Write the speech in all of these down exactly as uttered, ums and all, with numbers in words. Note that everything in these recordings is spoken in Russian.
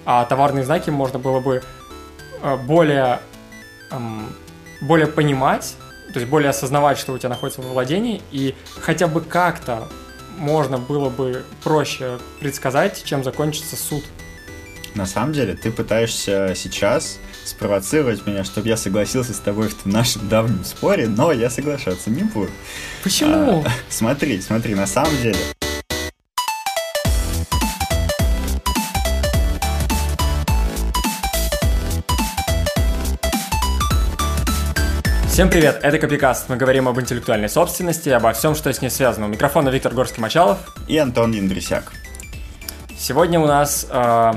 а товарные знаки можно было бы более, более понимать, то есть более осознавать, что у тебя находится во владении, и хотя бы как-то можно было бы проще предсказать, чем закончится суд. На самом деле, ты пытаешься сейчас спровоцировать меня, чтобы я согласился с тобой в нашем давнем споре, но я соглашаться не буду. Почему? А, смотри, смотри, на самом деле... Всем привет, это Копикаст. Мы говорим об интеллектуальной собственности и обо всем, что с ней связано. У микрофона Виктор Горский-Мочалов и Антон Яндрисяк. Сегодня у нас э,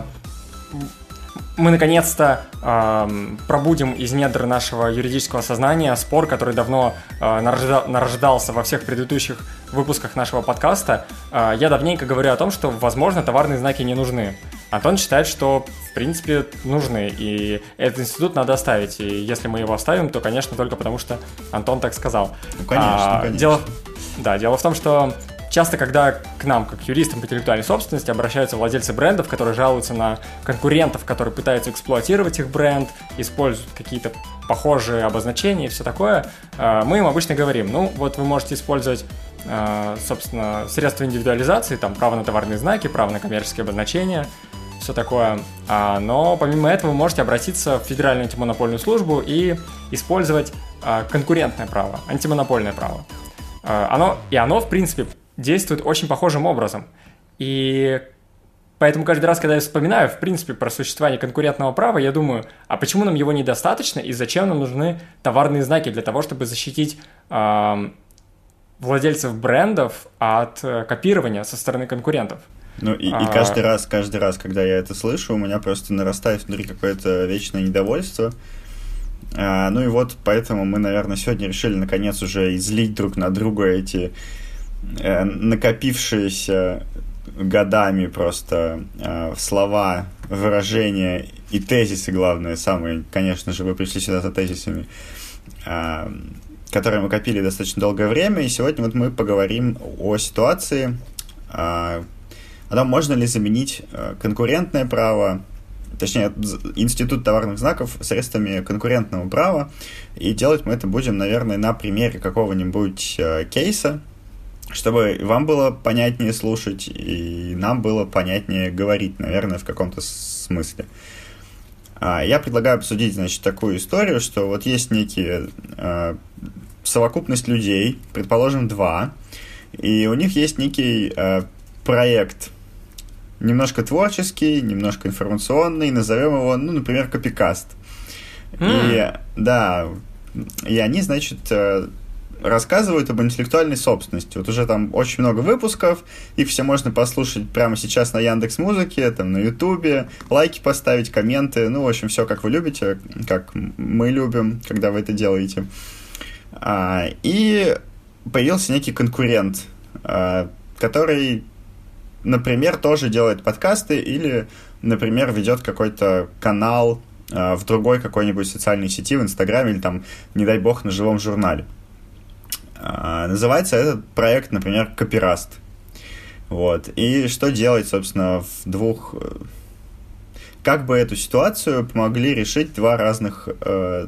мы наконец-то э, пробудим из недр нашего юридического сознания спор, который давно э, нарожда, нарождался во всех предыдущих выпусках нашего подкаста. Э, я давненько говорю о том, что, возможно, товарные знаки не нужны. Антон считает, что, в принципе, нужны, и этот институт надо оставить. И если мы его оставим, то, конечно, только потому, что Антон так сказал. Ну, конечно, а, конечно. Дело, да, дело в том, что часто, когда к нам, как юристам по интеллектуальной собственности, обращаются владельцы брендов, которые жалуются на конкурентов, которые пытаются эксплуатировать их бренд, используют какие-то похожие обозначения и все такое, мы им обычно говорим, ну, вот вы можете использовать, собственно, средства индивидуализации, там, право на товарные знаки, право на коммерческие обозначения, все такое. А, но помимо этого вы можете обратиться в Федеральную антимонопольную службу и использовать а, конкурентное право, антимонопольное право. А, оно, и оно, в принципе, действует очень похожим образом. И поэтому каждый раз, когда я вспоминаю, в принципе, про существование конкурентного права, я думаю, а почему нам его недостаточно и зачем нам нужны товарные знаки для того, чтобы защитить а, владельцев брендов от а, копирования со стороны конкурентов? Ну и, и каждый раз, каждый раз, когда я это слышу, у меня просто нарастает внутри какое-то вечное недовольство. А, ну и вот поэтому мы, наверное, сегодня решили наконец уже излить друг на друга эти э, накопившиеся годами просто э, слова, выражения и тезисы, главное, самые, конечно же, вы пришли сюда за тезисами, э, которые мы копили достаточно долгое время. И сегодня вот мы поговорим о ситуации, э, о том, можно ли заменить конкурентное право, точнее, институт товарных знаков средствами конкурентного права, и делать мы это будем, наверное, на примере какого-нибудь кейса, чтобы вам было понятнее слушать, и нам было понятнее говорить, наверное, в каком-то смысле. Я предлагаю обсудить, значит, такую историю, что вот есть некие совокупность людей, предположим, два, и у них есть некий проект, немножко творческий, немножко информационный, назовем его, ну, например, Копикаст. Mm. И, да, и они, значит, рассказывают об интеллектуальной собственности. Вот уже там очень много выпусков, их все можно послушать прямо сейчас на Яндекс.Музыке, там, на Ютубе, лайки поставить, комменты, ну, в общем, все, как вы любите, как мы любим, когда вы это делаете. А, и появился некий конкурент, а, который... например, тоже делает подкасты или, например, ведет какой-то канал э, в другой какой-нибудь социальной сети, в Инстаграме или там, не дай бог, на живом журнале. Э, называется этот проект, например, Копираст. Вот. И что делать, собственно, в двух... Как бы эту ситуацию помогли решить два разных э,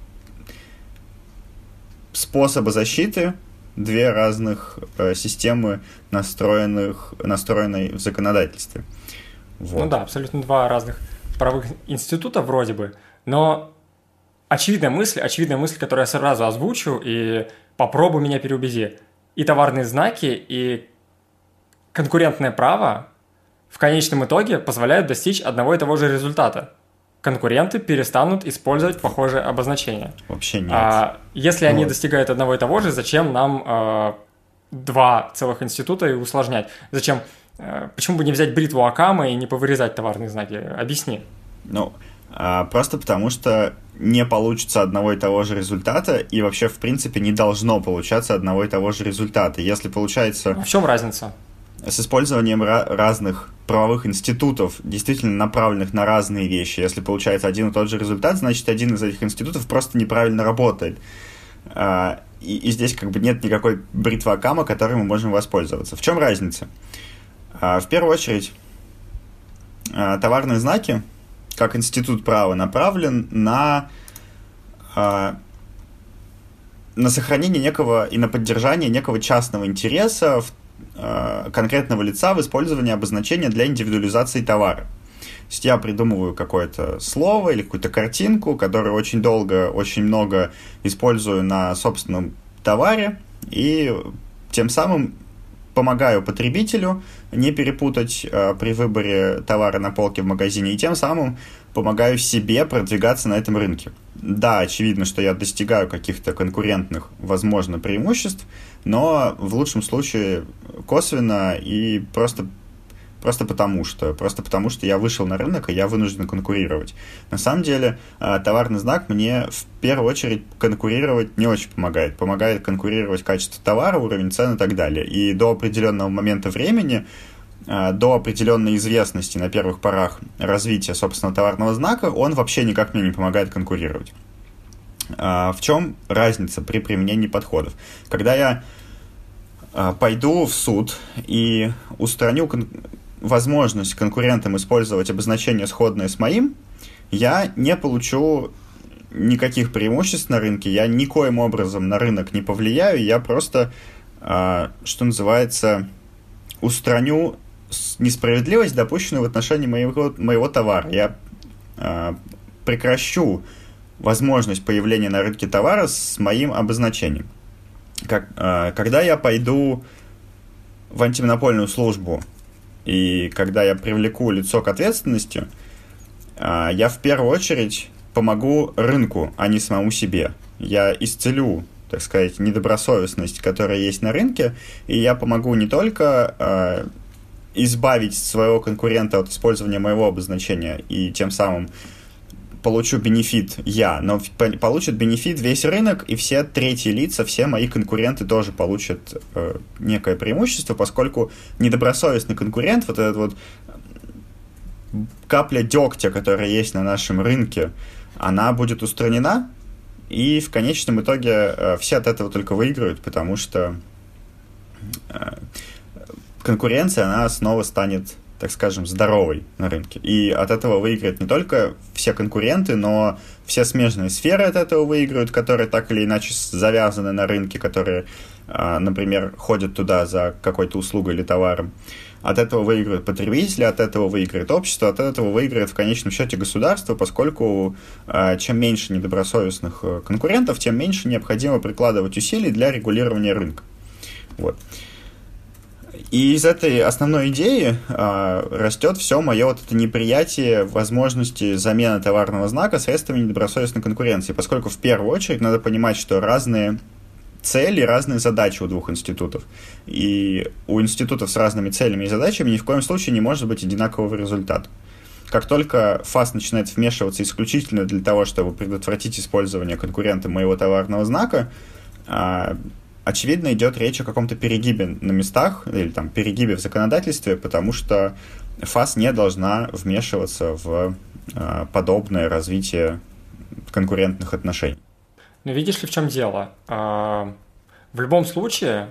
способа защиты, две разных э, системы, настроенных, настроенной в законодательстве. Вот. Ну да, абсолютно два разных правовых института вроде бы, но очевидная мысль, очевидная мысль, которую я сразу озвучу, и попробуй меня переубеди. И товарные знаки, и конкурентное право в конечном итоге позволяют достичь одного и того же результата. Конкуренты перестанут использовать похожие обозначения. Вообще нет. А, если ну, они достигают одного и того же, зачем нам а, два целых института и усложнять? Зачем? А, почему бы не взять бритву Акама и не повырезать товарные знаки? Объясни. Ну, а, просто потому что не получится одного и того же результата, и вообще, в принципе, не должно получаться одного и того же результата. Если получается... А в чем разница? С использованием ra- разных правовых институтов, действительно направленных на разные вещи. Если получается один и тот же результат, значит, один из этих институтов просто неправильно работает. А, и, и здесь как бы нет никакой бритвы Акама, которой мы можем воспользоваться. В чем разница? А, в первую очередь, а, товарные знаки как институт права направлен на, на сохранение некого и на поддержание некого частного интереса в, конкретного лица в использовании обозначения для индивидуализации товара. То есть я придумываю какое-то слово или какую-то картинку, которую очень долго, очень много использую на собственном товаре, и тем самым помогаю потребителю не перепутать э, при выборе товара на полке в магазине, и тем самым помогаю себе продвигаться на этом рынке. Да, очевидно, что я достигаю каких-то конкурентных, возможно, преимуществ, но в лучшем случае косвенно и просто Просто потому что, просто потому что я вышел на рынок, и я вынужден конкурировать. На самом деле, товарный знак мне в первую очередь конкурировать не очень помогает. Помогает конкурировать качество товара, уровень цен и так далее. И до определенного момента времени, до определенной известности на первых порах развития собственного товарного знака, он вообще никак мне не помогает конкурировать. В чем разница при применении подходов? Когда я пойду в суд и устраню возможность конкурентам использовать обозначение, сходное с моим, я не получу никаких преимуществ на рынке, я никоим образом на рынок не повлияю, я просто, что называется, устраню несправедливость, допущенную в отношении моего, моего товара. Я прекращу возможность появления на рынке товара с моим обозначением. Как, когда я пойду в антимонопольную службу и когда я привлеку лицо к ответственности, я в первую очередь помогу рынку, а не самому себе. Я исцелю, так сказать, недобросовестность, которая есть на рынке, и я помогу не только избавить своего конкурента от использования моего обозначения и тем самым получу бенефит я, но получит бенефит весь рынок, и все третьи лица, все мои конкуренты тоже получат э, некое преимущество, поскольку недобросовестный конкурент, вот этот вот капля дегтя, которая есть на нашем рынке, она будет устранена, и в конечном итоге э, все от этого только выиграют, потому что э, конкуренция, она снова станет, так скажем, здоровой на рынке. И от этого выиграют не только все конкуренты, но все смежные сферы от этого выиграют, которые так или иначе завязаны на рынке, которые, например, ходят туда за какой-то услугой или товаром. От этого выиграют потребители, от этого выиграет общество, от этого выиграет в конечном счете государство, поскольку чем меньше недобросовестных конкурентов, тем меньше необходимо прикладывать усилий для регулирования рынка. Вот. И из этой основной идеи э, растет все мое вот это неприятие возможности замены товарного знака средствами недобросовестной конкуренции, поскольку в первую очередь надо понимать, что разные цели, разные задачи у двух институтов. И у институтов с разными целями и задачами ни в коем случае не может быть одинакового результата. Как только ФАС начинает вмешиваться исключительно для того, чтобы предотвратить использование конкурента моего товарного знака, э, очевидно, идет речь о каком-то перегибе на местах или там перегибе в законодательстве, потому что ФАС не должна вмешиваться в э, подобное развитие конкурентных отношений. Ну, видишь ли, в чем дело? В любом случае,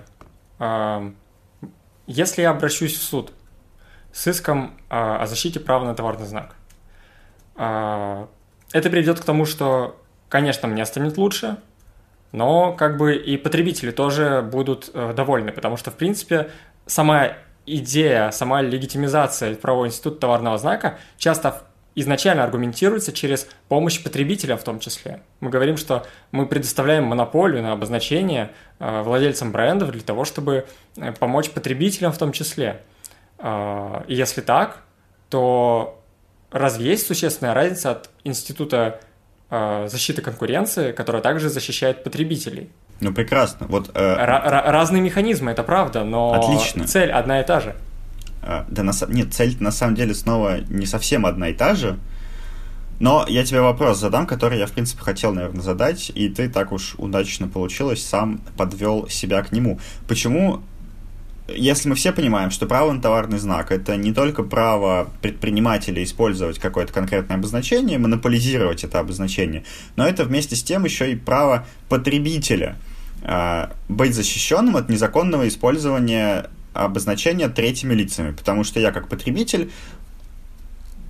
если я обращусь в суд с иском о защите права на товарный знак, это приведет к тому, что, конечно, мне станет лучше, но как бы и потребители тоже будут довольны, потому что, в принципе, сама идея, сама легитимизация правового института товарного знака часто изначально аргументируется через помощь потребителям в том числе. Мы говорим, что мы предоставляем монополию на обозначение владельцам брендов для того, чтобы помочь потребителям в том числе. И если так, то разве есть существенная разница от института защиты конкуренции, которая также защищает потребителей? Ну, прекрасно. Вот, э... Р- разные механизмы, это правда, но Отлично. Цель одна и та же. Да, на, нет, цель на самом деле снова не совсем одна и та же. Но я тебе вопрос задам, который я, в принципе, хотел, наверное, задать, и ты так уж удачно получилось, сам подвел себя к нему. Почему, если мы все понимаем, что право на товарный знак — это не только право предпринимателя использовать какое-то конкретное обозначение, монополизировать это обозначение, но это вместе с тем еще и право потребителя э, быть защищенным от незаконного использования обозначения третьими лицами, потому что я как потребитель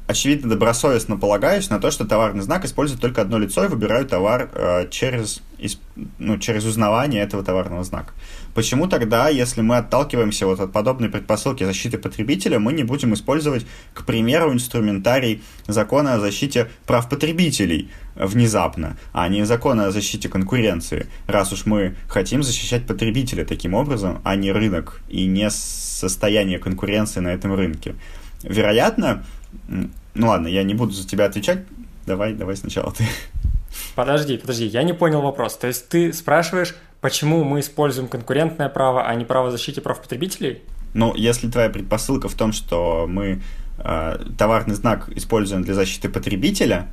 очевидно, добросовестно полагаюсь на то, что товарный знак использует только одно лицо и выбираю товар э, через, ну, через узнавание этого товарного знака. Почему тогда, если мы отталкиваемся вот от подобной предпосылки защиты потребителя, мы не будем использовать, к примеру, инструментарий закона о защите прав потребителей внезапно, а не закона о защите конкуренции, раз уж мы хотим защищать потребителя таким образом, а не рынок и не состояние конкуренции на этом рынке? Вероятно, ну ладно, я не буду за тебя отвечать, давай, давай сначала ты. Подожди, подожди, я не понял вопрос. То есть ты спрашиваешь, почему мы используем конкурентное право, а не право защиты прав потребителей? Ну, если твоя предпосылка в том, что мы э, товарный знак используем для защиты потребителя,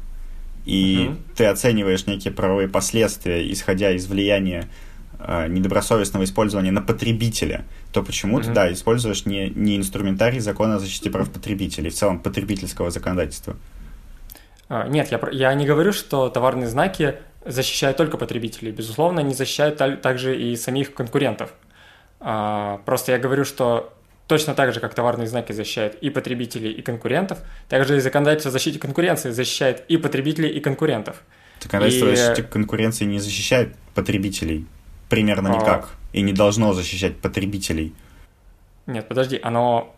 и угу. ты оцениваешь некие правовые последствия, исходя из влияния э, недобросовестного использования на потребителя, то почему угу. ты, да, используешь не, не инструментарий закона о защите прав потребителей, в целом потребительского законодательства. Нет, я, я не говорю, что товарные знаки защищают только потребителей. Безусловно, они защищают также и самих конкурентов. Просто я говорю, что точно так же, как товарные знаки защищают и потребителей, и конкурентов, также и законодательство о защите конкуренции защищает и потребителей, и конкурентов. Законодательство и... о защите конкуренции не защищает потребителей примерно никак, а... и не должно защищать потребителей. Нет, подожди, оно...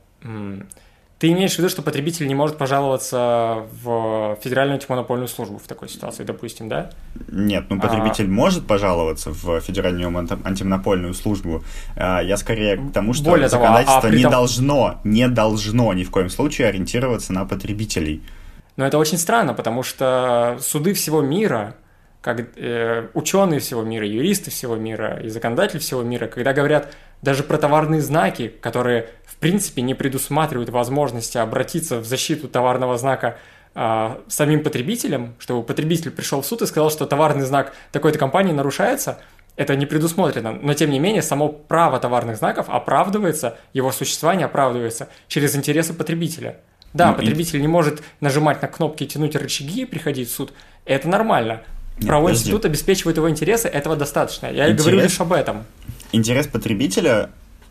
Ты имеешь в виду, что потребитель не может пожаловаться в Федеральную антимонопольную службу в такой ситуации, допустим, да? Нет, ну потребитель а... может пожаловаться в Федеральную антимонопольную службу. Я скорее к тому, что Более законодательство того, а не том... должно, не должно ни в коем случае ориентироваться на потребителей. Но это очень странно, потому что суды всего мира, как э, ученые всего мира, юристы всего мира и законодатели всего мира, когда говорят даже про товарные знаки, которые в принципе не предусматривают возможности обратиться в защиту товарного знака э, самим потребителям, чтобы потребитель пришел в суд и сказал, что товарный знак такой-то компании нарушается, это не предусмотрено. Но тем не менее, само право товарных знаков оправдывается, его существование оправдывается через интересы потребителя. Да, ну, потребитель и... не может нажимать на кнопки, тянуть рычаги и приходить в суд. Это нормально. Нет, правовой подожди. Институт обеспечивает его интересы, этого достаточно. Я Интерес... говорю лишь об этом. Интерес потребителя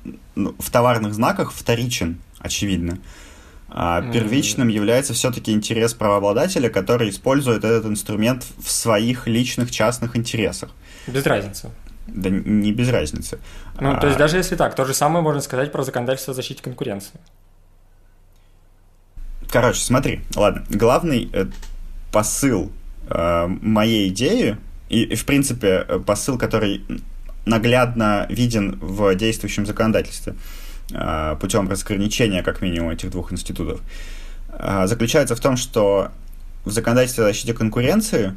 в товарных знаках вторичен, очевидно. А первичным mm. является все-таки интерес правообладателя, который использует этот инструмент в своих личных частных интересах. Без разницы. Да не без разницы. Ну, а... то есть даже если так, то же самое можно сказать про законодательство о защите конкуренции. Короче, смотри, ладно. Главный э, посыл э, моей идеи, и, и, в принципе, посыл, который наглядно виден в действующем законодательстве э, путем разграничения, как минимум, этих двух институтов, э, заключается в том, что в законодательстве о защите конкуренции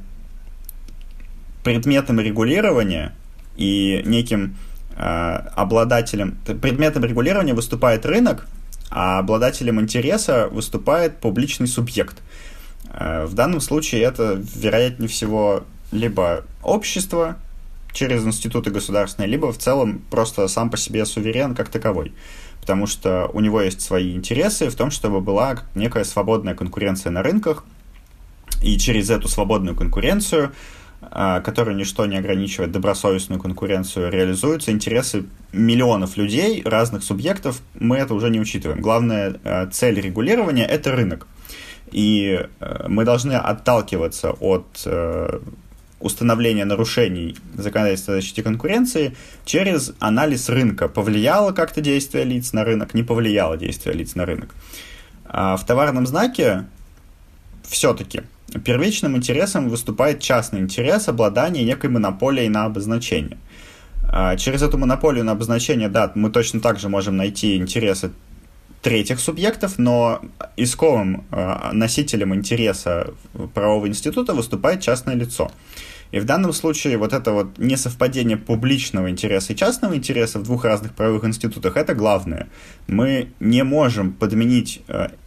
предметом регулирования и неким э, обладателем... Предметом регулирования выступает рынок, а обладателем интереса выступает публичный субъект. В данном случае это, вероятнее всего, либо общество через институты государственные, либо в целом просто сам по себе суверен как таковой. Потому что у него есть свои интересы в том, чтобы была некая свободная конкуренция на рынках, и через эту свободную конкуренцию, которая ничто не ограничивает добросовестную конкуренцию, реализуются интересы миллионов людей, разных субъектов, мы это уже не учитываем. Главная цель регулирования – это рынок. И мы должны отталкиваться от установления нарушений законодательства о защите конкуренции через анализ рынка. Повлияло как-то действие лиц на рынок, не повлияло действие лиц на рынок. А в товарном знаке все-таки первичным интересом выступает частный интерес обладания некой монополией на обозначение. Через эту монополию на обозначение, да, мы точно так же можем найти интересы третьих субъектов, но исковым носителем интереса правового института выступает частное лицо. И в данном случае вот это вот несовпадение публичного интереса и частного интереса в двух разных правовых институтах – это главное. Мы не можем подменить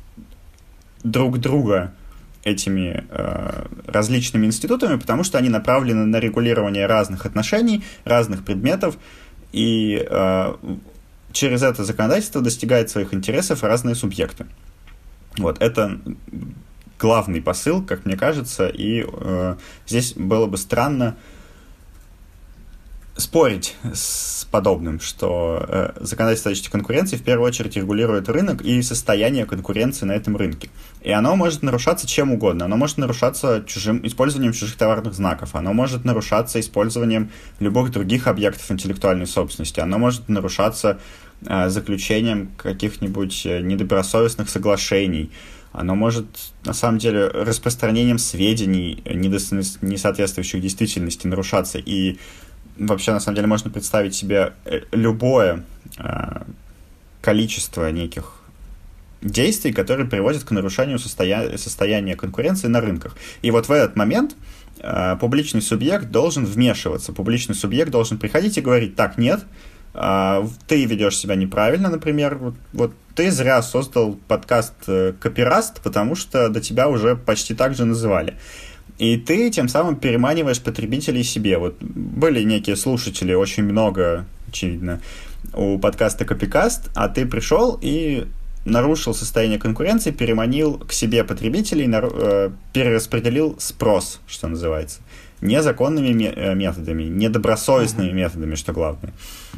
друг друга этими э, различными институтами, потому что они направлены на регулирование разных отношений, разных предметов, и э, через это законодательство достигают своих интересов разные субъекты. Вот, это главный посыл, как мне кажется, и э, здесь было бы странно спорить с подобным, что э, законодательство защиты конкуренции в первую очередь регулирует рынок и состояние конкуренции на этом рынке. И оно может нарушаться чем угодно. Оно может нарушаться чужим, использованием чужих товарных знаков, оно может нарушаться использованием любых других объектов интеллектуальной собственности, оно может нарушаться э, заключением каких-нибудь недобросовестных соглашений, оно может, на самом деле, распространением сведений, не соответствующих действительности, нарушаться. И вообще, на самом деле, можно представить себе любое э, количество неких действий, которые приводят к нарушению состоя... состояния конкуренции на рынках. И вот в этот момент э, публичный субъект должен вмешиваться. Публичный субъект должен приходить и говорить: так, нет, э, ты ведешь себя неправильно, например. Вот, вот ты зря создал подкаст «Копираст», потому что до тебя уже почти так же называли. И ты тем самым переманиваешь потребителей себе. Вот были некие слушатели, очень много, очевидно, у подкаста «Копикаст», а ты пришел и нарушил состояние конкуренции, переманил к себе потребителей, нар- перераспределил спрос, что называется, незаконными методами, недобросовестными методами, что главное.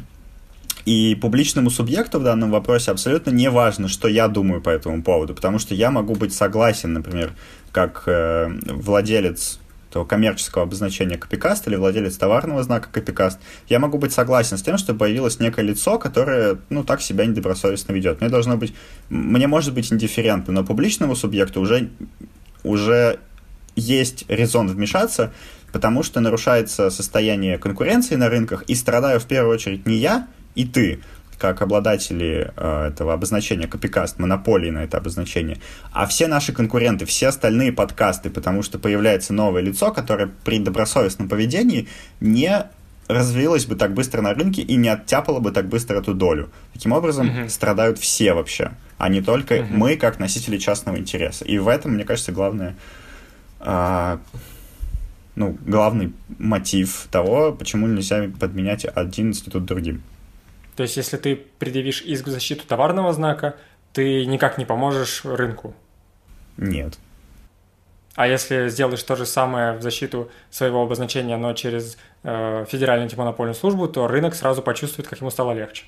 И публичному субъекту в данном вопросе абсолютно не важно, что я думаю по этому поводу, потому что я могу быть согласен, например, как э, владелец того коммерческого обозначения «Копикаст» или владелец товарного знака «Копикаст», я могу быть согласен с тем, что появилось некое лицо, которое, ну, так себя недобросовестно ведет. Мне должно быть, мне может быть индифферентно, но публичному субъекту уже, уже есть резон вмешаться, потому что нарушается состояние конкуренции на рынках, и страдаю в первую очередь не я и ты, как обладатели э, этого обозначения «Копикаст», монополии на это обозначение, а все наши конкуренты, все остальные подкасты, потому что появляется новое лицо, которое при добросовестном поведении не развилось бы так быстро на рынке и не оттяпало бы так быстро эту долю. Таким образом, uh-huh. страдают все вообще, а не только uh-huh. мы, как носители частного интереса. И в этом, мне кажется, главное, э, ну, главный мотив того, почему нельзя подменять один институт другим. То есть, если ты предъявишь иск в защиту товарного знака, ты никак не поможешь рынку? Нет. А если сделаешь то же самое в защиту своего обозначения, но через э, Федеральную антимонопольную службу, то рынок сразу почувствует, как ему стало легче.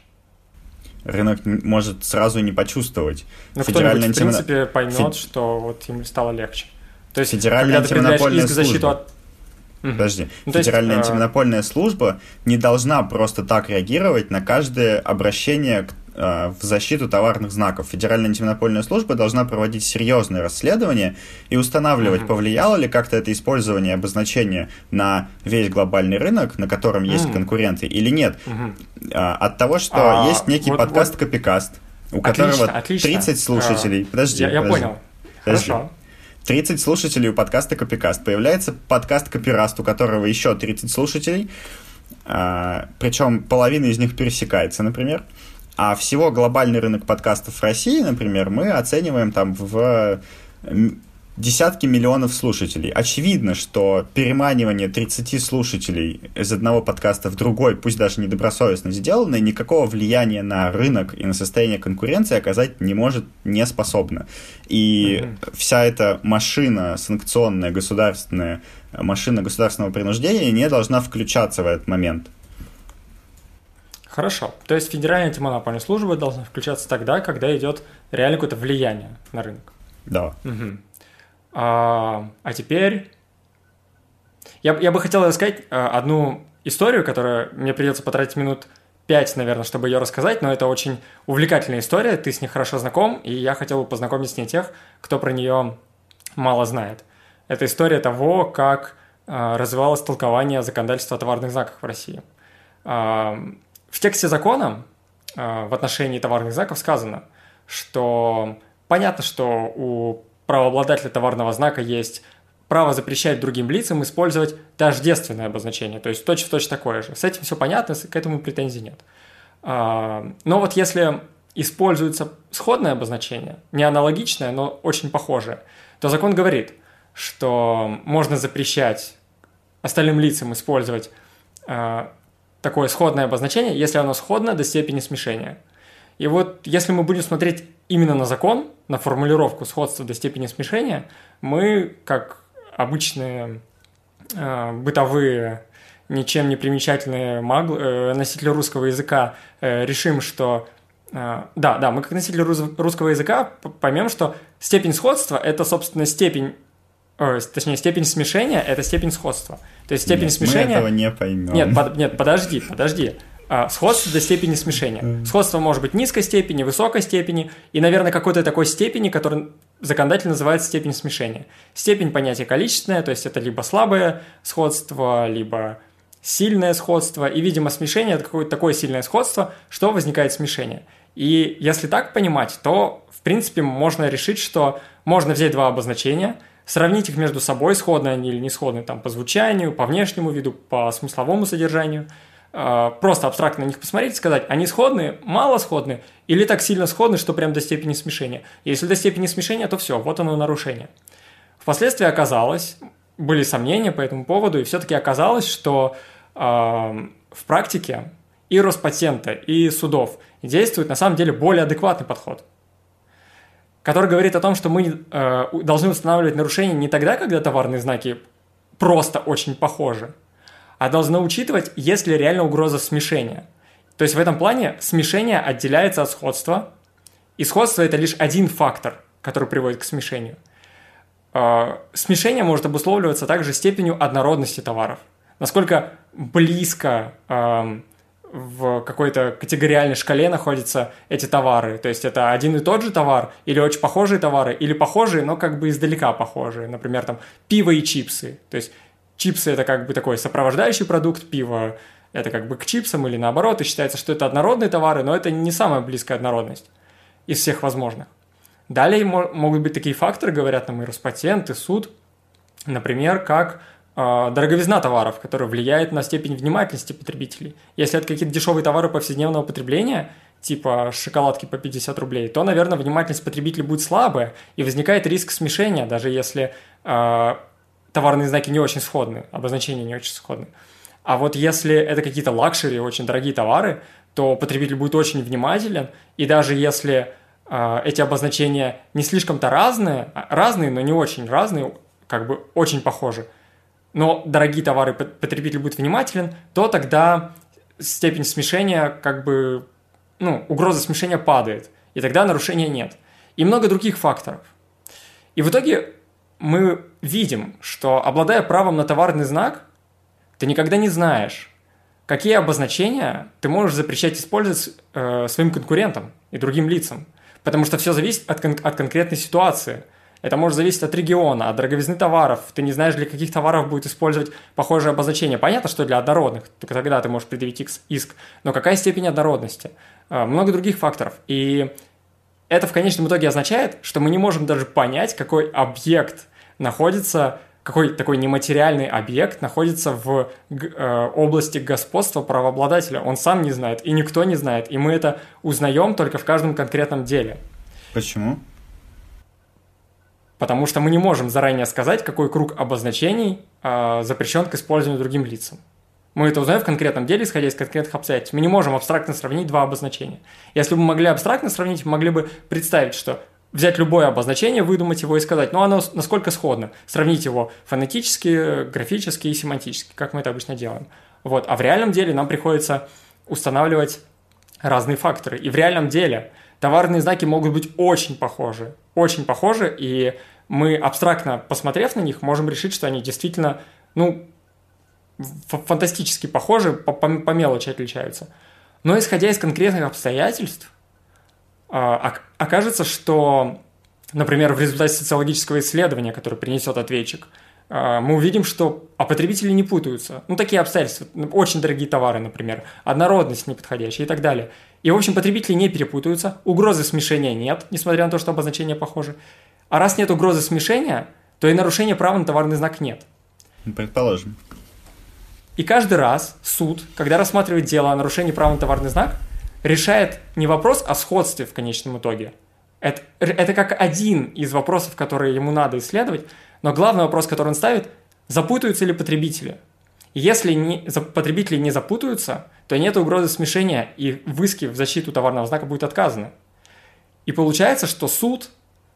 Рынок может сразу не почувствовать. Ну, кто-нибудь, в принципе, поймет, Фед... что вот ему стало легче. То есть, Федеральная когда ты предъявляешь иск в защиту служба. от... Подожди, ну, Федеральная есть, антимонопольная служба не должна просто так реагировать на каждое обращение к, э, в защиту товарных знаков. Федеральная антимонопольная служба должна проводить серьезное расследование и устанавливать, uh-huh. повлияло ли как-то это использование обозначения на весь глобальный рынок, на котором есть uh-huh. конкуренты, или нет. Uh-huh. Э, от того, что а, есть некий вот, подкаст вот... «Копикаст», у отлично, которого отлично. тридцать слушателей. А, подожди, я, я подожди. понял. Подожди. Хорошо. тридцать слушателей у подкаста «Копикаст». Появляется подкаст «Копираст», у которого еще тридцать слушателей, а, причем половина из них пересекается, например. А всего глобальный рынок подкастов в России, например, мы оцениваем там в десятки миллионов слушателей. Очевидно, что переманивание тридцати слушателей из одного подкаста в другой, пусть даже недобросовестно сделанное, никакого влияния на рынок и на состояние конкуренции оказать не может, не способно. И mm-hmm. вся эта машина санкционная, государственная, машина государственного принуждения не должна включаться в этот момент. Хорошо. То есть Федеральная антимонопольная служба должна включаться тогда, когда идет реально какое-то влияние на рынок. Да. Угу. А, а теперь я, я бы хотел рассказать а, одну историю, которую мне придется потратить минут пять, наверное, чтобы ее рассказать, но это очень увлекательная история, ты с ней хорошо знаком, и я хотел бы познакомить с ней тех, кто про нее мало знает. Это история того, как а, развивалось толкование законодательства о товарных знаках в России. А, в тексте закона а, в отношении товарных знаков сказано, что понятно, что у правообладателя товарного знака есть право запрещать другим лицам использовать тождественное обозначение, то есть точь-в-точь такое же. С этим все понятно, к этому претензий нет. Но вот если используется сходное обозначение, не аналогичное, но очень похожее, то закон говорит, что можно запрещать остальным лицам использовать такое сходное обозначение, если оно сходно до степени смешения. И вот если мы будем смотреть именно на закон, на формулировку сходства до степени смешения, мы, как обычные э, бытовые ничем не примечательные магл... э, носители русского языка э, решим, что... Э, да, да, мы как носители рус... русского языка поймем, что степень сходства – это, собственно, степень... Э, точнее, степень смешения – это степень сходства. То есть степень нет, смешения... мы этого не поймем. Нет, под... нет, подожди, подожди. Сходство до степени смешения. Сходство может быть низкой степени, высокой степени и, наверное, какой-то такой степени, которую законодатель называет степень смешения. Степень понятия количественное, то есть это либо слабое сходство, либо сильное сходство. И, видимо, смешение – это какое-то такое сильное сходство, что возникает смешение. И если так понимать, то, в принципе, можно решить, что можно взять два обозначения, сравнить их между собой, сходны они или не сходны там, по звучанию, по внешнему виду, по смысловому содержанию, просто абстрактно на них посмотреть и сказать, они сходны, мало сходны или так сильно сходны, что прям до степени смешения. Если до степени смешения, то все, вот оно нарушение. Впоследствии оказалось, были сомнения по этому поводу, и все-таки оказалось, что э, в практике и Роспатента, и судов действует на самом деле более адекватный подход, который говорит о том, что мы э, должны устанавливать нарушения не тогда, когда товарные знаки просто очень похожи, а должны учитывать, есть ли реально угроза смешения. То есть в этом плане смешение отделяется от сходства, и сходство – это лишь один фактор, который приводит к смешению. Смешение может обусловливаться также степенью однородности товаров. Насколько близко в какой-то категориальной шкале находятся эти товары. То есть это один и тот же товар, или очень похожие товары, или похожие, но как бы издалека похожие. Например, там пиво и чипсы. То есть чипсы – это как бы такой сопровождающий продукт, пиво – это как бы к чипсам или наоборот, и считается, что это однородные товары, но это не самая близкая однородность из всех возможных. Далее могут быть такие факторы, говорят нам и Роспатент, и суд, например, как э, дороговизна товаров, которая влияет на степень внимательности потребителей. Если это какие-то дешевые товары повседневного потребления, типа шоколадки по пятьдесят рублей, то, наверное, внимательность потребителей будет слабая, и возникает риск смешения, даже если э, товарные знаки не очень сходны, обозначения не очень сходны. А вот если это какие-то лакшери, очень дорогие товары, то потребитель будет очень внимателен, и даже если э, эти обозначения не слишком-то разные, разные, но не очень разные, как бы очень похожи, но дорогие товары потребитель будет внимателен, то тогда степень смешения, как бы, ну, угроза смешения падает, и тогда нарушения нет. И много других факторов. И в итоге мы видим, что, обладая правом на товарный знак, ты никогда не знаешь, какие обозначения ты можешь запрещать использовать э, своим конкурентам и другим лицам. Потому что все зависит от, кон- от конкретной ситуации. Это может зависеть от региона, от дороговизны товаров. Ты не знаешь, для каких товаров будет использовать похожие обозначения. Понятно, что для однородных, только тогда ты можешь предъявить иск. Но какая степень однородности? Э, много других факторов. И это в конечном итоге означает, что мы не можем даже понять, какой объект находится, какой такой нематериальный объект находится в э, области господства правообладателя. Он сам не знает, и никто не знает. И мы это узнаем только в каждом конкретном деле. Почему? Потому что мы не можем заранее сказать, какой круг обозначений э, запрещен к использованию другим лицам. Мы это узнаем в конкретном деле, исходя из конкретных обстоятельств. Мы не можем абстрактно сравнить два обозначения. Если бы мы могли абстрактно сравнить, мы могли бы представить, что взять любое обозначение, выдумать его и сказать, ну, оно насколько сходно. Сравнить его фонетически, графически и семантически, как мы это обычно делаем. Вот. А в реальном деле нам приходится устанавливать разные факторы. И в реальном деле товарные знаки могут быть очень похожи. Очень похожи, и мы, абстрактно посмотрев на них, можем решить, что они действительно, ну, фантастически похожи, по, по, по мелочи отличаются. Но исходя из конкретных обстоятельств, окажется, что, например, в результате социологического исследования, которое принесет ответчик, мы увидим, что а потребители не путаются. Ну, такие обстоятельства, очень дорогие товары, например, однородность неподходящая и так далее. И, в общем, потребители не перепутаются, угрозы смешения нет, несмотря на то, что обозначения похожи. А раз нет угрозы смешения, то и нарушения права на товарный знак нет. Предположим. И каждый раз суд, когда рассматривает дело о нарушении права на товарный знак, решает не вопрос о сходстве в конечном итоге. Это, это как один из вопросов, которые ему надо исследовать, но главный вопрос, который он ставит, запутаются ли потребители. Если не, потребители не запутаются, то нет угрозы смешения, и в иске в защиту товарного знака будет отказано. И получается, что суд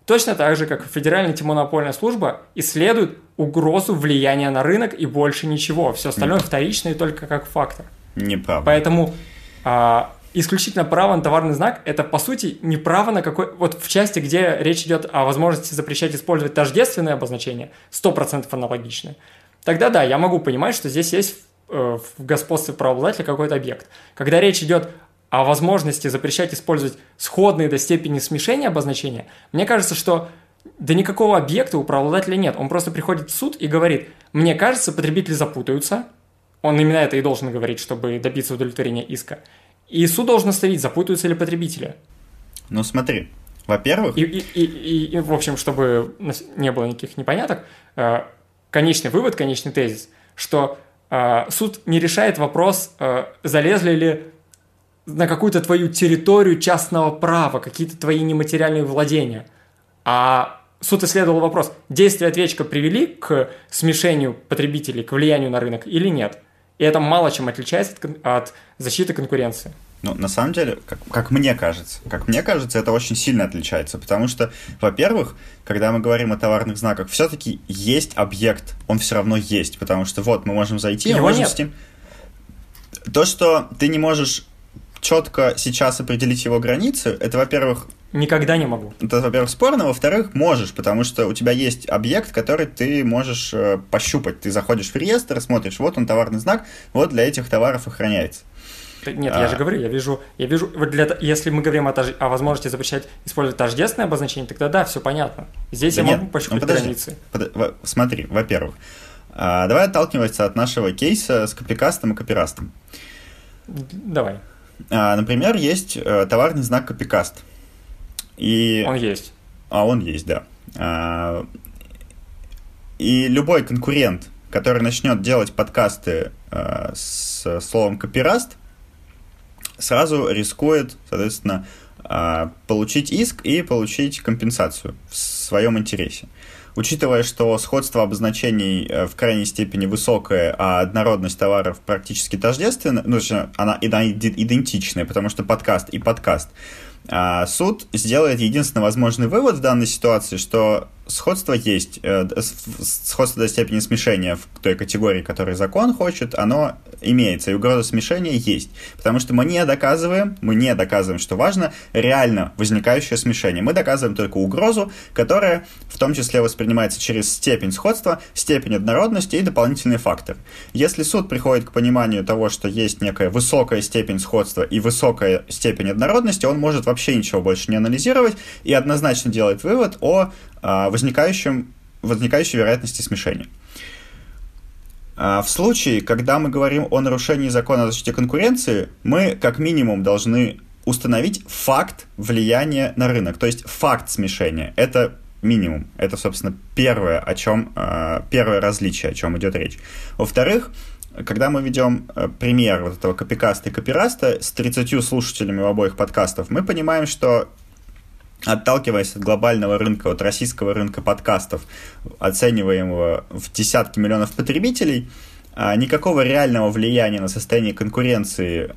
точно так же, как Федеральная антимонопольная служба исследует угрозу влияния на рынок и больше ничего. Все остальное вторично и только как фактор. Неправда. Поэтому а, исключительно право на товарный знак – это, по сути, не право на какой… Вот в части, где речь идет о возможности запрещать использовать тождественное обозначение, сто процентов аналогичное, тогда да, я могу понимать, что здесь есть э, в господстве правообладателя какой-то объект. Когда речь идет о возможности запрещать использовать сходные до степени смешения обозначения, мне кажется, что да никакого объекта у правообладателя нет. Он просто приходит в суд и говорит: мне кажется, потребители запутаются. Он именно это и должен говорить, чтобы добиться удовлетворения иска. И суд должен остановить, запутаются ли потребители. Ну смотри, во-первых… И, и, и, и, и в общем, чтобы не было никаких непоняток, э, конечный вывод, конечный тезис, что э, суд не решает вопрос, э, залезли ли на какую-то твою территорию частного права, какие-то твои нематериальные владения. А суд исследовал вопрос, действия ответчика привели к смешению потребителей, к влиянию на рынок или нет. И это мало чем отличается от, от защиты конкуренции. Ну, на самом деле, как, как мне кажется, как мне кажется, это очень сильно отличается, потому что, во-первых, когда мы говорим о товарных знаках, все-таки есть объект, он все равно есть, потому что вот мы можем зайти, его можем нет. с ним… То, что ты не можешь четко сейчас определить его границы, это, во-первых… Никогда не могу. Это, во-первых, спорно, во-вторых, можешь, потому что у тебя есть объект, который ты можешь э, пощупать. Ты заходишь в реестр, смотришь, вот он товарный знак, вот для этих товаров охраняется. Нет, а... я же говорю, я вижу, я вижу, вот для, если мы говорим о, тож, о возможности запрещать использовать тождественное обозначение, тогда да, все понятно. Здесь да я нет, могу пощупать ну, границы. Под, в, смотри, во-первых, а, давай отталкиваться от нашего кейса с копикастом и копирастом. Давай. А, например, есть а, товарный знак копикаст. И... Он есть. А он есть, да. А... И любой конкурент, который начнет делать подкасты а, с словом копираст, сразу рискует, соответственно, а, получить иск и получить компенсацию в своем интересе. Учитывая, что сходство обозначений в крайней степени высокое, а однородность товаров практически тождественна, ну, она идентичная, потому что подкаст и подкаст, суд сделает единственно возможный вывод в данной ситуации, что сходство есть, сходство до степени смешения в той категории, которой закон хочет, оно имеется, и угроза смешения есть. Потому что мы не доказываем, мы не доказываем, что важно, реально возникающее смешение. Мы доказываем только угрозу, которая в том числе воспринимается через степень сходства, степень однородности и дополнительные факторы. Если суд приходит к пониманию того, что есть некая высокая степень сходства и высокая степень однородности, он может вообще ничего больше не анализировать и однозначно делает вывод о возникающем, возникающей вероятности смешения. В случае, когда мы говорим о нарушении закона о защите конкуренции, мы как минимум должны установить факт влияния на рынок, то есть факт смешения. Это минимум. Это, собственно, первое, о чем, первое различие, о чем идет речь. Во-вторых, когда мы ведем пример вот этого копикаста и копираста с тридцатью слушателями у обоих подкастов, мы понимаем, что, отталкиваясь от глобального рынка, от российского рынка подкастов, оцениваемого в десятки миллионов потребителей, никакого реального влияния на состояние конкуренции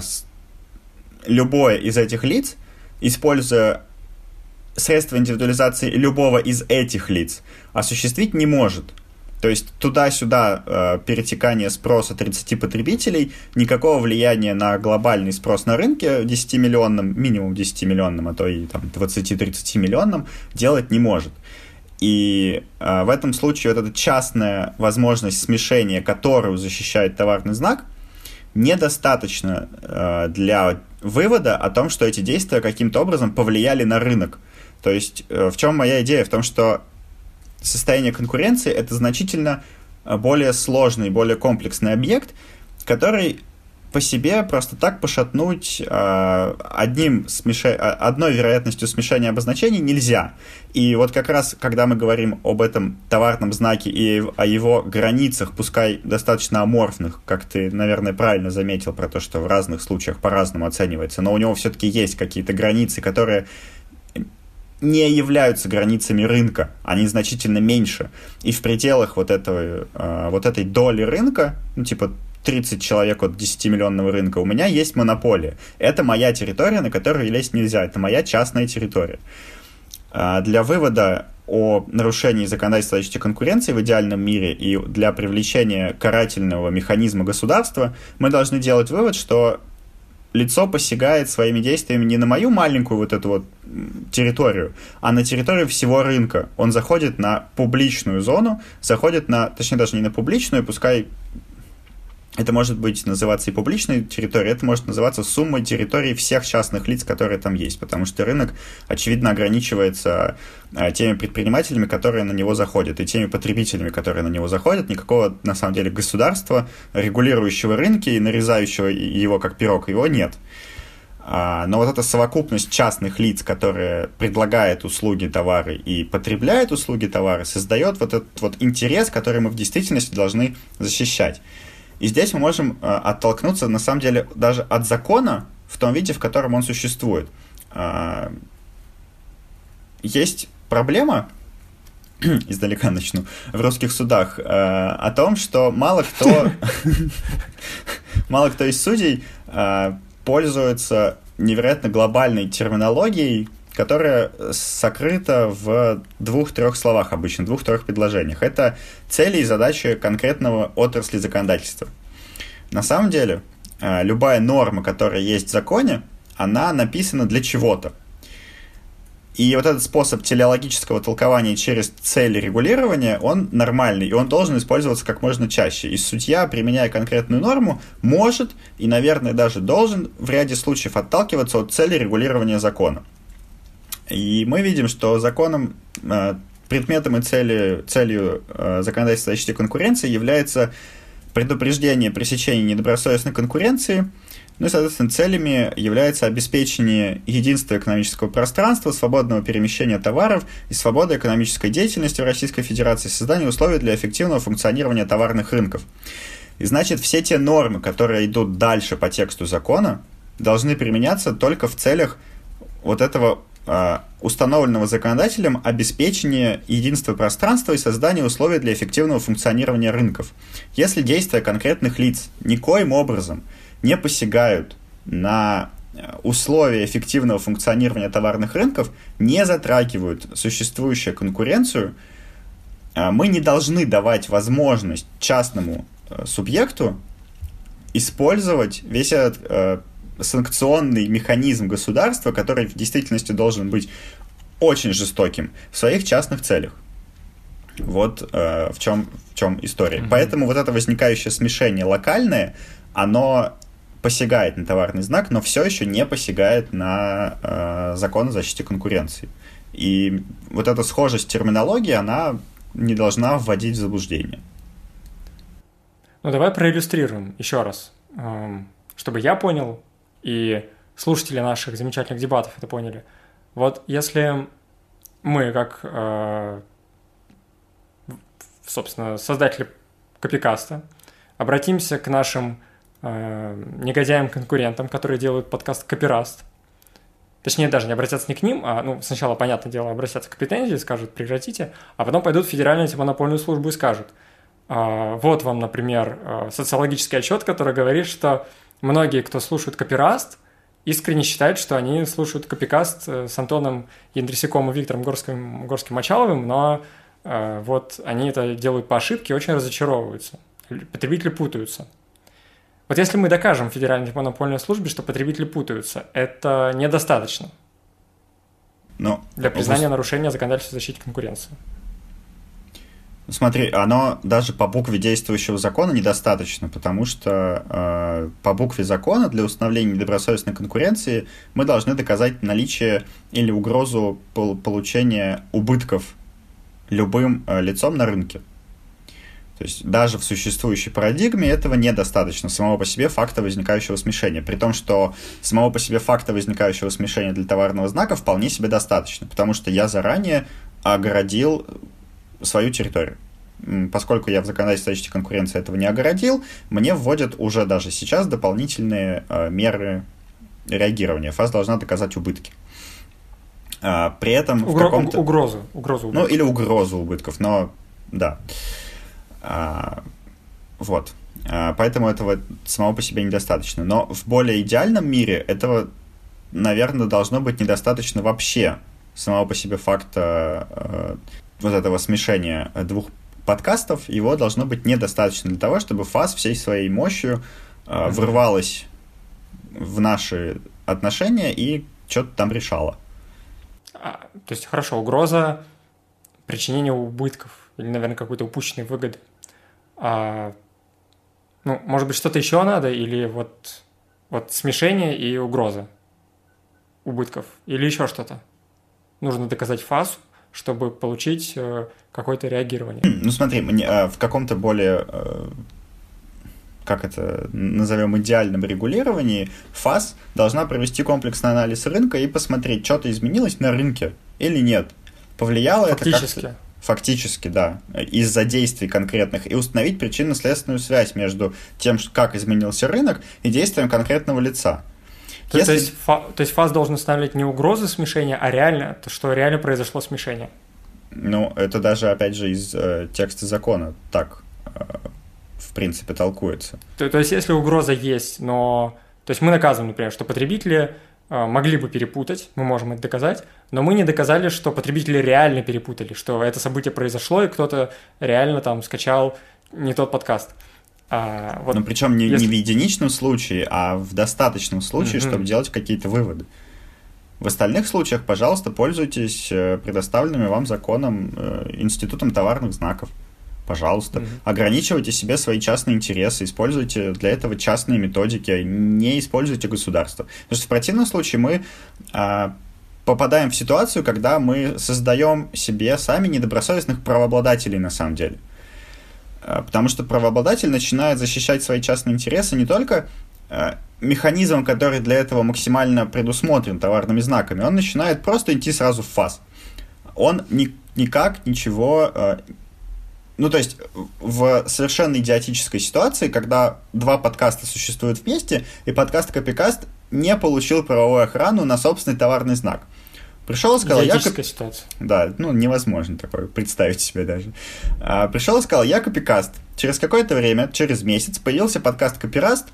любое из этих лиц, используя средства индивидуализации любого из этих лиц, осуществить не может. То есть туда-сюда э, перетекание спроса тридцати потребителей никакого влияния на глобальный спрос на рынке десятимиллионном, минимум десятимиллионном, а то и там, двадцати-тридцати миллионном делать не может. И э, в этом случае вот эта частная возможность смешения, которую защищает товарный знак, недостаточно э, для вывода о том, что эти действия каким-то образом повлияли на рынок. То есть э, в чем моя идея? В том, что состояние конкуренции – это значительно более сложный, более комплексный объект, который по себе просто так пошатнуть э, одним смеша... одной вероятностью смешения обозначений нельзя. И вот как раз, когда мы говорим об этом товарном знаке и о его границах, пускай достаточно аморфных, как ты, наверное, правильно заметил про то, что в разных случаях по-разному оценивается, но у него все-таки есть какие-то границы, которые не являются границами рынка, они значительно меньше. И в пределах вот, этого, вот этой доли рынка, ну типа тридцать человек от десятимиллионного рынка, у меня есть монополия. Это моя территория, на которую лезть нельзя, это моя частная территория. Для вывода о нарушении законодательства о защите конкуренции в идеальном мире и для привлечения карательного механизма государства мы должны делать вывод, что лицо посягает своими действиями не на мою маленькую вот эту вот территорию, а на территорию всего рынка. Он заходит на публичную зону, заходит на, точнее даже не на публичную, пускай это может быть называться и публичной территорией, это может называться суммой территории всех частных лиц, которые там есть, потому что рынок, очевидно, ограничивается теми предпринимателями, которые на него заходят, и теми потребителями, которые на него заходят. Никакого, на самом деле, государства, регулирующего рынки и нарезающего его как пирог, его нет. Но вот эта совокупность частных лиц, которые предлагают услуги, товары и потребляют услуги, товары, создает вот этот вот интерес, который мы в действительности должны защищать. И здесь мы можем э, оттолкнуться, на самом деле, даже от закона в том виде, в котором он существует. Э, есть проблема, издалека начну, в русских судах, э, о том, что мало кто, мало кто из судей э, пользуется невероятно глобальной терминологией, которая сокрыта в двух-трех словах обычно, двух-трех предложениях. Это цели и задачи конкретного отрасли законодательства. На самом деле, любая норма, которая есть в законе, она написана для чего-то. И вот этот способ телеологического толкования через цель регулирования, он нормальный, и он должен использоваться как можно чаще. И судья, применяя конкретную норму, может и, наверное, даже должен в ряде случаев отталкиваться от цели регулирования закона. И мы видим, что законом, предметом и цели, целью законодательства о защите конкуренции является предупреждение пресечения недобросовестной конкуренции, ну и, соответственно, целями является обеспечение единства экономического пространства, свободного перемещения товаров и свободы экономической деятельности в Российской Федерации, создание условий для эффективного функционирования товарных рынков. И значит, все те нормы, которые идут дальше по тексту закона, должны применяться только в целях вот этого установленного законодателем обеспечения единства пространства и создания условий для эффективного функционирования рынков. Если действия конкретных лиц никоим образом не посягают на условия эффективного функционирования товарных рынков, не затрагивают существующую конкуренцию, мы не должны давать возможность частному субъекту использовать весь этот санкционный механизм государства, который в действительности должен быть очень жестоким в своих частных целях. Вот э, в чем, в чем история. Mm-hmm. Поэтому вот это возникающее смешение локальное, оно посягает на товарный знак, но все еще не посягает на э, закон о защите конкуренции. И вот эта схожесть терминологии, она не должна вводить в заблуждение. Ну, давай проиллюстрируем еще раз, чтобы я понял, и слушатели наших замечательных дебатов это поняли. Вот если мы, как, э, собственно, создатели Копикаста, обратимся к нашим э, негодяям-конкурентам, которые делают подкаст Копираст, точнее, даже не обратятся не к ним, а, ну, сначала, понятное дело, обратятся к претензии, скажут «прекратите», а потом пойдут в Федеральную антимонопольную службу и скажут э, вот вам, например, э, социологический отчет, который говорит, что многие, кто слушают Копираст, искренне считают, что они слушают Копикаст с Антоном Яндрисяком и Виктором Горским, Горским-Мочаловым, но э, вот они это делают по ошибке и очень разочаровываются. Потребители путаются. Вот если мы докажем Федеральной антимонопольной службе, что потребители путаются, это недостаточно но, для признания вы... нарушения законодательства о защите конкуренции. Смотри, оно даже по букве действующего закона недостаточно, потому что э, по букве закона для установления недобросовестной конкуренции мы должны доказать наличие или угрозу пол- получения убытков любым э, лицом на рынке. То есть даже в существующей парадигме этого недостаточно, самого по себе факта возникающего смешения. При том, что самого по себе факта возникающего смешения для товарного знака вполне себе достаточно, потому что я заранее огородил свою территорию. Поскольку я в законодательстве о защите конкуренции этого не огородил, мне вводят уже даже сейчас дополнительные э, меры реагирования. ФАС должна доказать убытки. А, при этом Угро- в каком-то... Угрозу. Угрозу убытков. Ну, или угрозу убытков, но да. А, вот. А, поэтому этого самого по себе недостаточно. Но в более идеальном мире этого, наверное, должно быть недостаточно вообще. самого по себе факта э, вот этого смешения двух подкастов, его должно быть недостаточно для того, чтобы ФАС всей своей мощью э, mm-hmm. врывалась в наши отношения и что-то там решала. А, то есть, хорошо, угроза причинения убытков или, наверное, какой-то упущенной выгоды. А, ну, может быть, что-то еще надо или вот, вот смешение и угроза убытков или еще что-то? Нужно доказать ФАСу, чтобы получить э, какое-то реагирование. Ну смотри, мне, э, в каком-то более, э, как это назовем, идеальном регулировании ФАС должна провести комплексный анализ рынка и посмотреть, что-то изменилось на рынке или нет. Повлияло Фактически. это как-то? Фактически, да. Из-за действий конкретных. И установить причинно-следственную связь между тем, как изменился рынок, и действием конкретного лица. То, Если... то, есть, фа... то есть ФАС должен устанавливать не угрозы смешения, а реально, то, что реально произошло смешение. Ну, это даже, опять же, из э, текста закона так, э, в принципе, толкуется. То, то есть, если угроза есть, но... То есть, мы наказываем, например, что потребители э, могли бы перепутать, мы можем это доказать, но мы не доказали, что потребители реально перепутали, что это событие произошло, и кто-то реально там скачал не тот подкаст. А, вот ну, причем не, если... не в единичном случае, а в достаточном случае, mm-hmm. чтобы делать какие-то выводы. В остальных случаях, пожалуйста, пользуйтесь предоставленными вам законом институтом товарных знаков. Пожалуйста. Mm-hmm. Ограничивайте себе свои частные интересы, используйте для этого частные методики, не используйте государство. Потому что в противном случае мы а, попадаем в ситуацию, когда мы создаем себе сами недобросовестных правообладателей на самом деле. Потому что правообладатель начинает защищать свои частные интересы не только э, механизмом, который для этого максимально предусмотрен товарными знаками, он начинает просто идти сразу в ФАС. Он ни, никак ничего... Э, ну, то есть в совершенно идиотической ситуации, когда два подкаста существуют вместе, и подкаст Копикаст не получил правовую охрану на собственный товарный знак. Пришел и сказал, я... ситуация. Да, ну, невозможно такое представить себе даже. А, пришел и сказал, я Копикаст. Через какое-то время, через месяц, появился подкаст Копираст,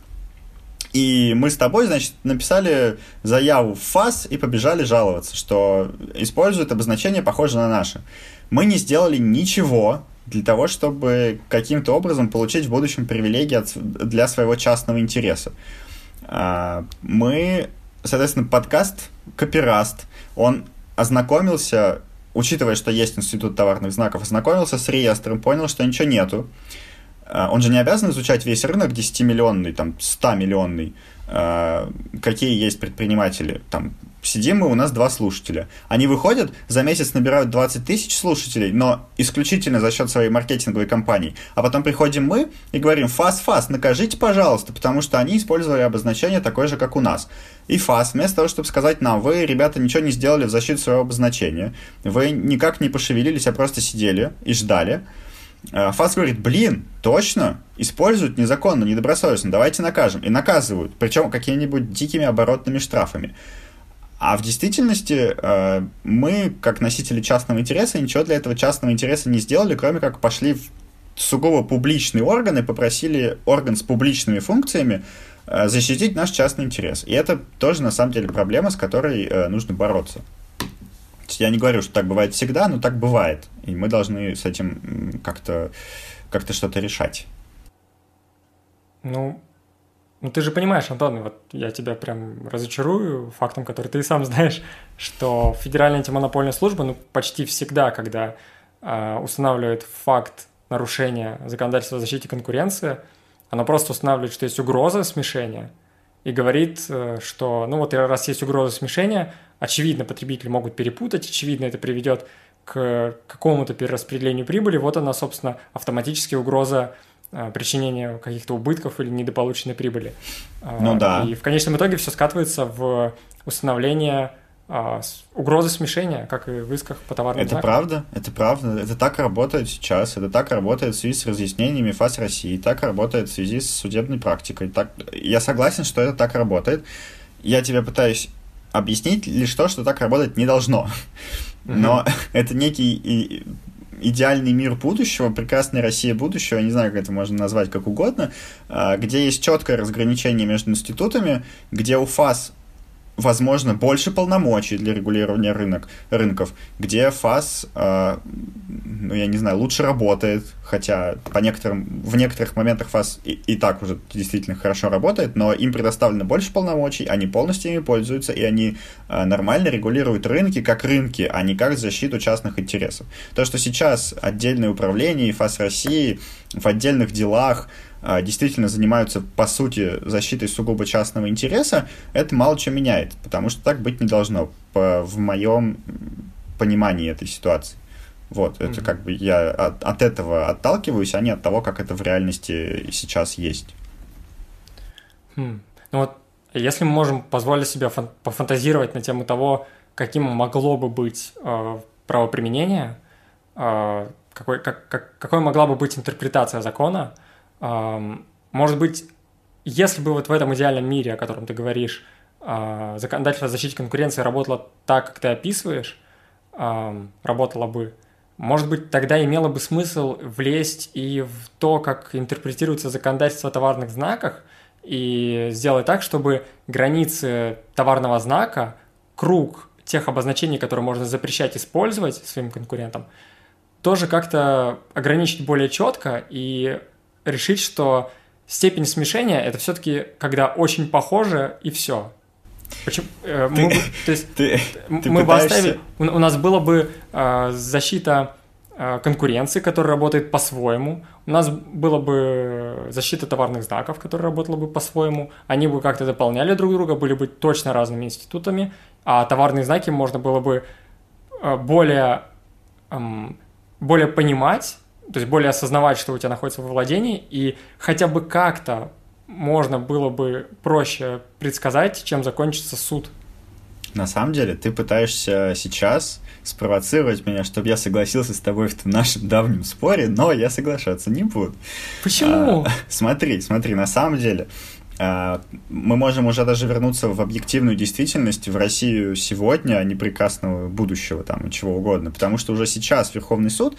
и мы с тобой, значит, написали заяву в ФАС и побежали жаловаться, что используют обозначение, похожее на наше. Мы не сделали ничего для того, чтобы каким-то образом получить в будущем привилегии от... для своего частного интереса. А, мы... Соответственно, подкаст Копираст, он ознакомился, учитывая, что есть институт товарных знаков, ознакомился с реестром, понял, что ничего нету. Он же не обязан изучать весь рынок десятимиллионный, там, сто-миллионный, какие есть предприниматели. Там, сидим мы, у нас два слушателя. Они выходят, за месяц набирают двадцать тысяч слушателей, но исключительно за счет своей маркетинговой кампании. А потом приходим мы и говорим, ФАС, ФАС, накажите, пожалуйста, потому что они использовали обозначение такое же, как у нас. И ФАС, вместо того, чтобы сказать нам, вы, ребята, ничего не сделали в защиту своего обозначения, вы никак не пошевелились, а просто сидели и ждали, ФАС говорит, блин, точно, используют незаконно, недобросовестно, давайте накажем. И наказывают, причем какими-нибудь дикими оборотными штрафами. А в действительности мы, как носители частного интереса, ничего для этого частного интереса не сделали, кроме как пошли в сугубо публичный орган и попросили орган с публичными функциями защитить наш частный интерес. И это тоже, на самом деле, проблема, с которой нужно бороться. Я не говорю, что так бывает всегда, но так бывает. И мы должны с этим как-то, как-то что-то решать. Ну, ну, ты же понимаешь, Антон, вот я тебя прям разочарую фактом, который ты сам знаешь, что Федеральная антимонопольная служба, ну, почти всегда, когда э, устанавливает факт нарушения законодательства о защите конкуренции, она просто устанавливает, что есть угроза смешения, и говорит, что, ну вот раз есть угроза смешения, очевидно, потребители могут перепутать, очевидно, это приведет к какому-то перераспределению прибыли, вот она, собственно, автоматически угроза причинения каких-то убытков или недополученной прибыли. Ну да. И в конечном итоге все скатывается в установление угрозы смешения, как и в исках по товарным знакам. Это знакам. правда, это правда. Это так работает сейчас, это так работает в связи с разъяснениями ФАС России, так работает в связи с судебной практикой. Так... Я согласен, что это так работает. Я тебе пытаюсь объяснить лишь то, что так работать не должно. Но mm-hmm. это некий идеальный мир будущего, прекрасная Россия будущего, не знаю, как это можно назвать как угодно, где есть четкое разграничение между институтами, где у ФАС возможно, больше полномочий для регулирования рынок, рынков, где ФАС, э, ну, я не знаю, лучше работает, хотя по некоторым, в некоторых моментах ФАС и, и так уже действительно хорошо работает, но им предоставлено больше полномочий, они полностью ими пользуются, и они э, нормально регулируют рынки как рынки, а не как защиту частных интересов. То, что сейчас отдельное управление и ФАС России в отдельных делах действительно занимаются, по сути, защитой сугубо частного интереса, это мало что меняет, потому что так быть не должно, по, в моем понимании этой ситуации. Вот, mm-hmm. это как бы я от, от этого отталкиваюсь, а не от того, как это в реальности сейчас есть. Mm. Ну вот, если мы можем позволить себе фан- пофантазировать на тему того, каким могло бы быть э, правоприменение, э, какой, как, как, какой могла бы быть интерпретация закона, может быть, если бы вот в этом идеальном мире, о котором ты говоришь, законодательство о защите конкуренции работало так, как ты описываешь, работало бы, может быть, тогда имело бы смысл влезть и в то, как интерпретируется законодательство о товарных знаках, и сделать так, чтобы границы товарного знака, круг тех обозначений, которые можно запрещать использовать своим конкурентам, тоже как-то ограничить более четко и решить, что степень смешения – это все-таки когда очень похоже и все. Почему? Ты, мы, то есть ты, мы ты бы пытаешься... оставили, у, у нас была бы э, защита э, конкуренции, которая работает по-своему, у нас была бы защита товарных знаков, которая работала бы по-своему, они бы как-то дополняли друг друга, были бы точно разными институтами, а товарные знаки можно было бы э, более, э, более понимать, то есть более осознавать, что у тебя находится во владении, и хотя бы как-то можно было бы проще предсказать, чем закончится суд. На самом деле, ты пытаешься сейчас спровоцировать меня, чтобы я согласился с тобой в нашем давнем споре, но я соглашаться не буду. Почему? А, смотри, смотри, на самом деле, а, мы можем уже даже вернуться в объективную действительность, в Россию сегодня, а не прекрасного будущего там и чего угодно, потому что уже сейчас Верховный суд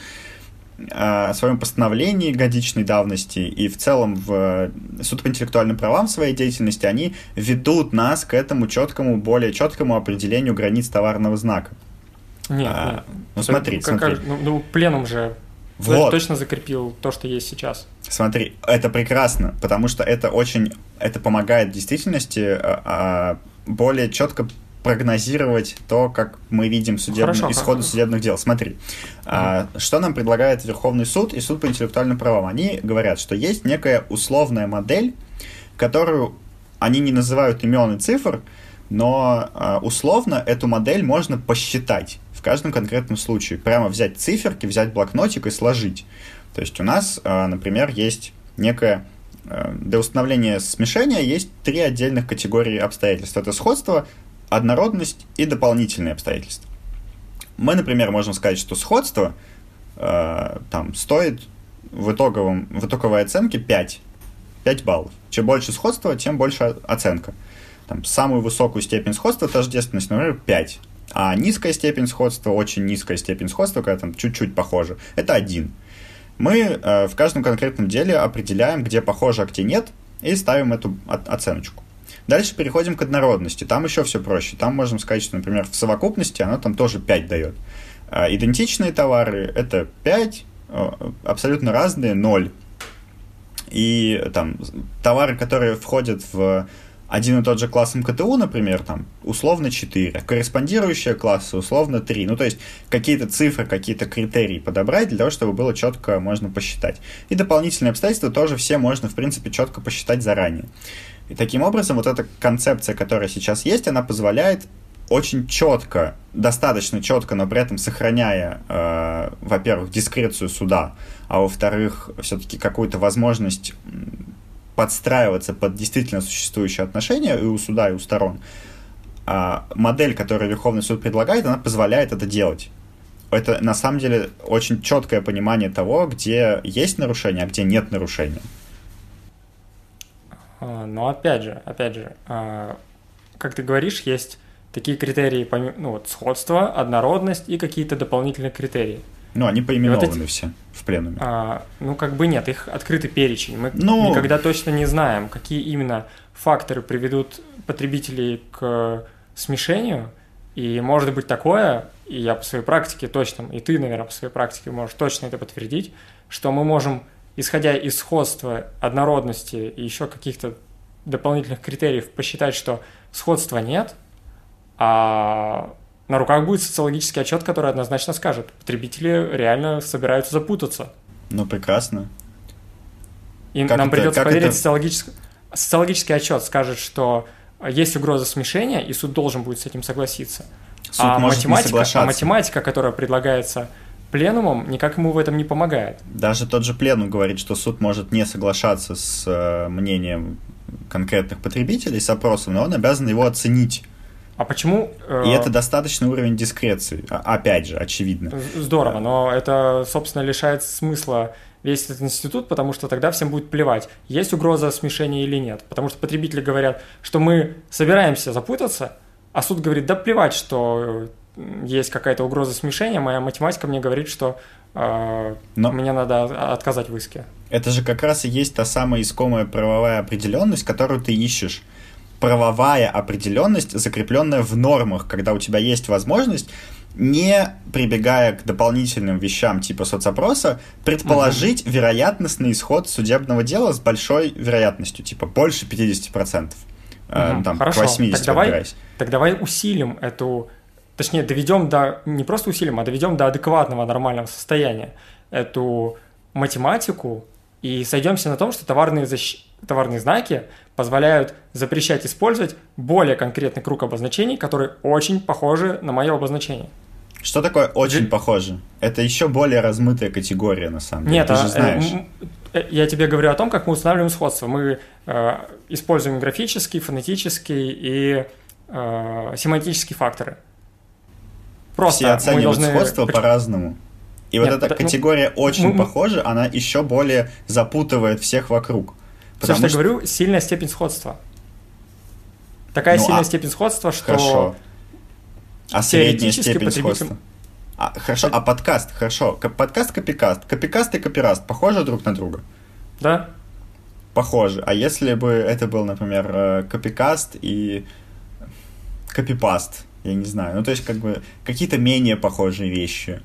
о своем постановлении годичной давности и в целом в суд по интеллектуальным правам в своей деятельности, они ведут нас к этому четкому, более четкому определению границ товарного знака. Нет, а, нет. Ну смотри, как, смотри. Ну, ну, пленум же вот. Точно закрепил то, что есть сейчас. Смотри, это прекрасно, потому что это очень, это помогает в действительности а, более четко прогнозировать то, как мы видим судебные, хорошо, исходы хорошо. судебных дел. Смотри, угу. а, что нам предлагает Верховный суд и суд по интеллектуальным правам? Они говорят, что есть некая условная модель, которую они не называют имен и цифр, но а, условно эту модель можно посчитать в каждом конкретном случае. Прямо взять циферки, взять блокнотик и сложить. То есть у нас, а, например, есть некая... Для установления смешения есть три отдельных категории обстоятельств. Это сходство, однородность и дополнительные обстоятельства. Мы, например, можем сказать, что сходство э, там, стоит в, итоговом, в итоговой оценке пять, пять баллов. Чем больше сходства, тем больше оценка. Там, самую высокую степень сходства, тождественность, например, пять. А низкая степень сходства, очень низкая степень сходства, когда там чуть-чуть похоже, это один. Мы э, в каждом конкретном деле определяем, где похоже, а где нет, и ставим эту оценочку. Дальше переходим к однородности. Там еще все проще. Там можем сказать, что, например, в совокупности оно там тоже пять дает. Идентичные товары – это пять, абсолютно разные – ноль. И там товары, которые входят в один и тот же класс эм ка тэ у, например, там условно четыре, корреспондирующие классы условно три. Ну, то есть какие-то цифры, какие-то критерии подобрать для того, чтобы было четко можно посчитать. И дополнительные обстоятельства тоже все можно, в принципе, четко посчитать заранее. И таким образом вот эта концепция, которая сейчас есть, она позволяет очень четко, достаточно четко, но при этом сохраняя, э, во-первых, дискрецию суда, а во-вторых, все-таки какую-то возможность подстраиваться под действительно существующие отношения и у суда, и у сторон. А модель, которую Верховный суд предлагает, она позволяет это делать. Это на самом деле очень четкое понимание того, где есть нарушение, а где нет нарушения. Но опять же, опять же, как ты говоришь, есть такие критерии, ну вот сходство, однородность и какие-то дополнительные критерии. Ну, они поименованы вот эти, все в пленуме. А, ну, как бы нет, их открытый перечень. Мы ну... никогда точно не знаем, какие именно факторы приведут потребителей к смешению, и может быть такое, и я по своей практике точно, и ты, наверное, по своей практике можешь точно это подтвердить, что мы можем, исходя из сходства, однородности и еще каких-то дополнительных критериев, посчитать, что сходства нет, а на руках будет социологический отчет, который однозначно скажет, потребители реально собираются запутаться. Ну, прекрасно. И как нам это, придется поверить, это... социологический, социологический отчет скажет, что есть угроза смешения, и суд должен будет с этим согласиться. Суд а, может математика, не соглашаться. А математика, которая предлагается пленумом, никак ему в этом не помогает. Даже тот же пленум говорит, что суд может не соглашаться с э, мнением конкретных потребителей, с опросом, но он обязан его оценить. А почему... Э... И это достаточный уровень дискреции, опять же, очевидно. Здорово, но это, собственно, лишает смысла весь этот институт, потому что тогда всем будет плевать, есть угроза смешения или нет. Потому что потребители говорят, что мы собираемся запутаться, а суд говорит, да плевать, что есть какая-то угроза смешения, моя математика мне говорит, что э, Но мне надо отказать в иске. Это же как раз и есть та самая искомая правовая определенность, которую ты ищешь. Правовая определенность, закрепленная в нормах, когда у тебя есть возможность, не прибегая к дополнительным вещам типа соцопроса, предположить угу. вероятностный исход судебного дела с большой вероятностью, типа больше пятьдесят процентов. Угу. Э, там, Хорошо, к восьмидесяти так давай, так давай усилим эту, точнее, доведем до, не просто усилим, а доведем до адекватного нормального состояния эту математику и сойдемся на том, что товарные, защ... товарные знаки позволяют запрещать использовать более конкретный круг обозначений, которые очень похожи на мое обозначение. Что такое очень Ж... похоже? Это еще более размытая категория, на самом деле. Нет, ты а, же знаешь. Э, я тебе говорю о том, как мы устанавливаем сходство. Мы э, используем графические, фонетические и э, семантические факторы. Просто все оценивают должны... сходство по-разному. И Нет, вот эта это, категория ну, очень мы, похожа, она еще более запутывает всех вокруг. Все, что я говорю, сильная степень сходства. Такая ну, сильная а... степень сходства, что... Хорошо. А средняя степень потребитель... сходства? А, хорошо, а подкаст, хорошо. Подкаст, копикаст. Копикаст и копираст похожи друг на друга? Да. Похожи. А если бы это был, например, копикаст и копипаст? Я не знаю. Ну, то есть, как бы, какие-то менее похожие вещи.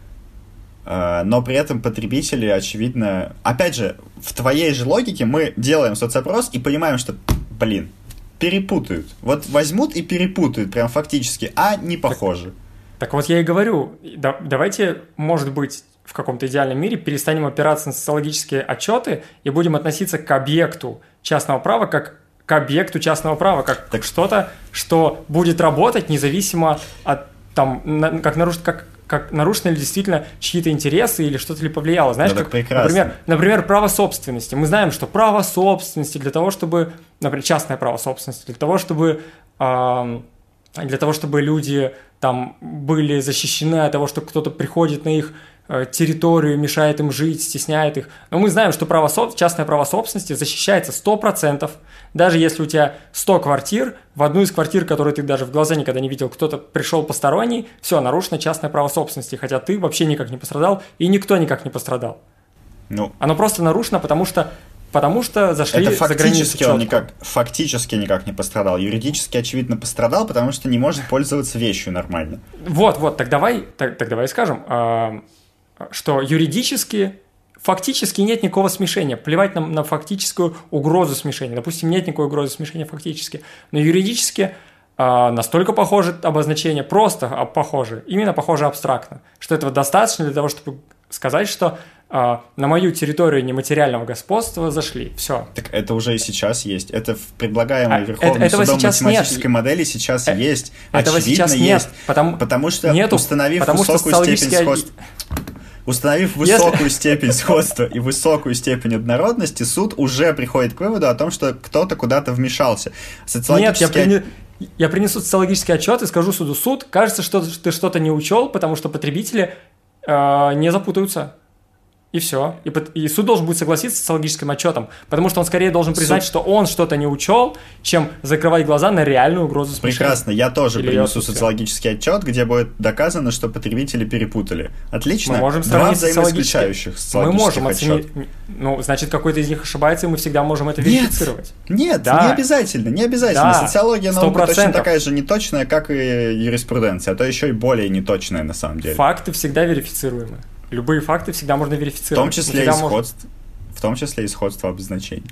Но при этом потребители, очевидно... Опять же, в твоей же логике мы делаем соцопрос и понимаем, что, блин, перепутают. Вот возьмут и перепутают прям фактически, а не похожи. Так, так вот я и говорю, да, давайте, может быть, в каком-то идеальном мире перестанем опираться на социологические отчеты и будем относиться к объекту частного права как к объекту частного права, как так... что-то, что будет работать независимо от, там, на, как нарушить, как как нарушены ли действительно чьи-то интересы или что-то ли повлияло. Знаешь, ну, как, например, например, право собственности. Мы знаем, что право собственности для того, чтобы, например, частное право собственности, для того, чтобы, э, для того, чтобы люди там были защищены от того, что кто-то приходит на их э, территорию, мешает им жить, стесняет их. Но мы знаем, что право, частное право собственности защищается сто процентов. Даже если у тебя сто квартир, в одну из квартир, которую ты даже в глаза никогда не видел, кто-то пришел посторонний, все, нарушено частное право собственности, хотя ты вообще никак не пострадал, и никто никак не пострадал. Ну, оно просто нарушено, потому что, потому что зашли это за границу четко. Он никак, фактически никак не пострадал. Юридически, очевидно, пострадал, потому что не может пользоваться вещью нормально. Вот, вот, так давай, так, так давай скажем, что юридически... Фактически нет никакого смешения. Плевать нам на фактическую угрозу смешения. Допустим, нет никакой угрозы смешения фактически. Но юридически э, настолько похоже обозначение, просто похоже, именно похоже абстрактно, что этого достаточно для того, чтобы сказать, что э, на мою территорию нематериального господства зашли. Все. Так это уже и сейчас есть. Это в предлагаемой а, Верховным это, судом математической нет. модели сейчас э, есть. Этого Очевидно, сейчас есть. Нет. Потому, потому что, нету, установив потому высокую что степень сходства... Установив высокую Если... степень сходства и высокую степень однородности, суд уже приходит к выводу о том, что кто-то куда-то вмешался. Социологический... Нет, я, прине... я принесу социологический отчет и скажу суду: суд, кажется, что ты что-то не учел, потому что потребители э, не запутаются. И все. И, и суд должен будет согласиться с социологическим отчетом, потому что он скорее должен признать, суд... что он что-то не учел, чем закрывать глаза на реальную угрозу смешения. Прекрасно. Я тоже Или принесу социологический отчет, где будет доказано, что потребители перепутали. Отлично. Мы можем Два взаимоисключающих социологических Мы можем отчета. Оценить... Ну, значит, какой-то из них ошибается, и мы всегда можем это верифицировать. Нет, да. не обязательно, не обязательно. Да. Социология наука сто процентов. точно такая же неточная, как и юриспруденция, а то еще и более неточная на самом деле. Факты всегда верифицируемы. Любые факты всегда можно верифицировать. В том числе и сходство, можем... в том числе и сходство обозначений.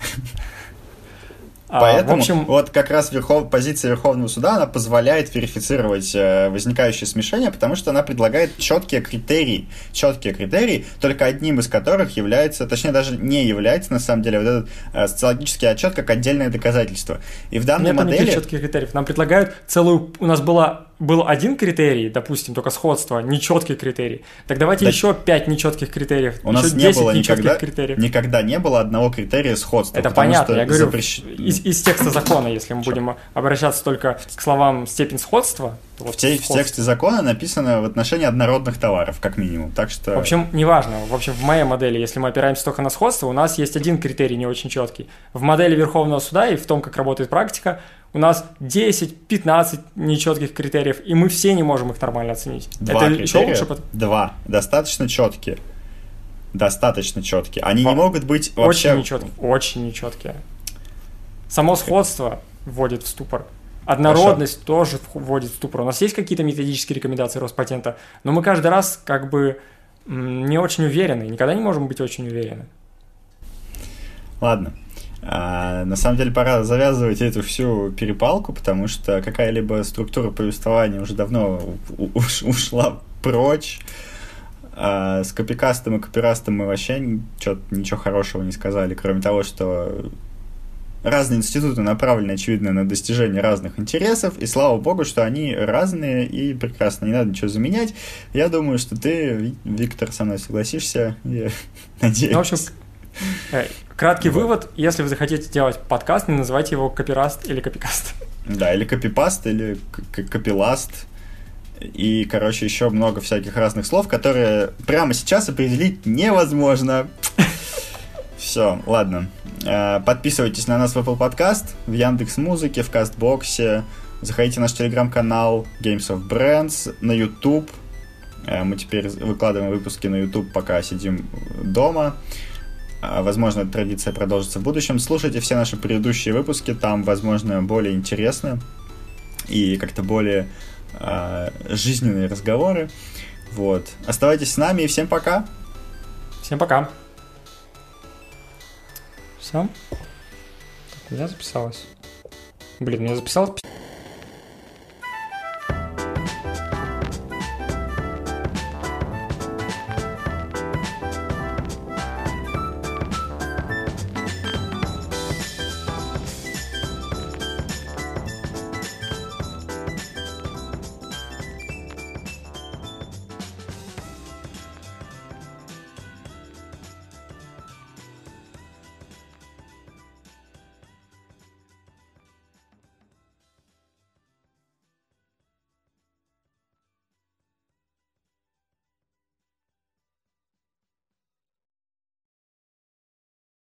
Поэтому, а, в общем... вот как раз верхов... позиция Верховного суда, она позволяет верифицировать э, возникающие смешения, потому что она предлагает четкие критерии, четкие критерии, только одним из которых является, точнее даже не является, на самом деле, вот этот э, социологический отчет как отдельное доказательство. И в данной Нет модели... никаких четких критериев. Нам предлагают целую... У нас была... был один критерий, допустим, только сходство, нечеткий критерий. Так давайте да... еще пять нечетких критериев. У нас не было никогда, критериев. никогда не было одного критерия сходства. Это понятно, я говорю, запрещ... из, из текста закона, если мы Чё? будем обращаться только к словам степень сходства. То вот в, те, в тексте закона написано в отношении однородных товаров, как минимум. Так что... В общем, неважно. В общем, в моей модели, если мы опираемся только на сходство, у нас есть один критерий не очень четкий. В модели Верховного суда и в том, как работает практика, у нас десять-пятнадцать нечетких критериев, и мы все не можем их нормально оценить. Два Это критерия, еще лучше? Два. Достаточно четкие. Достаточно четкие. Они Во... не могут быть вообще... Очень нечеткие. Очень нечеткие. Само сходство вводит в ступор. Однородность Хорошо. тоже вводит в ступор. У нас есть какие-то методические рекомендации Роспатента, но мы каждый раз как бы не очень уверены, никогда не можем быть очень уверены. Ладно. А, на самом деле пора завязывать эту всю перепалку, потому что какая-либо структура повествования уже давно уш, ушла прочь. А, с копикастом и копирастом мы вообще что-то, ничего хорошего не сказали, кроме того, что разные институты направлены, очевидно, на достижение разных интересов, и слава богу, что они разные и прекрасно, не надо ничего заменять. Я думаю, что ты, Виктор, со мной согласишься, я надеюсь. Ну, в общем, краткий вот. вывод, если вы захотите делать подкаст, не называйте его копираст или копикаст. Да, или копипаст, или копиласт. И, короче, еще много всяких разных слов, которые прямо сейчас определить невозможно. Все, ладно. Подписывайтесь на нас в Apple Podcast, в Яндекс.Музыке, в Кастбоксе. Заходите в наш телеграм-канал Games of Brands, на YouTube. Мы теперь выкладываем выпуски на YouTube, пока сидим дома. Возможно, эта традиция продолжится в будущем. Слушайте все наши предыдущие выпуски, там, возможно, более интересно и как-то более э, жизненные разговоры. Вот. Оставайтесь с нами и всем пока. Всем пока. Все? Так, у меня записалось. Блин, у меня записалось...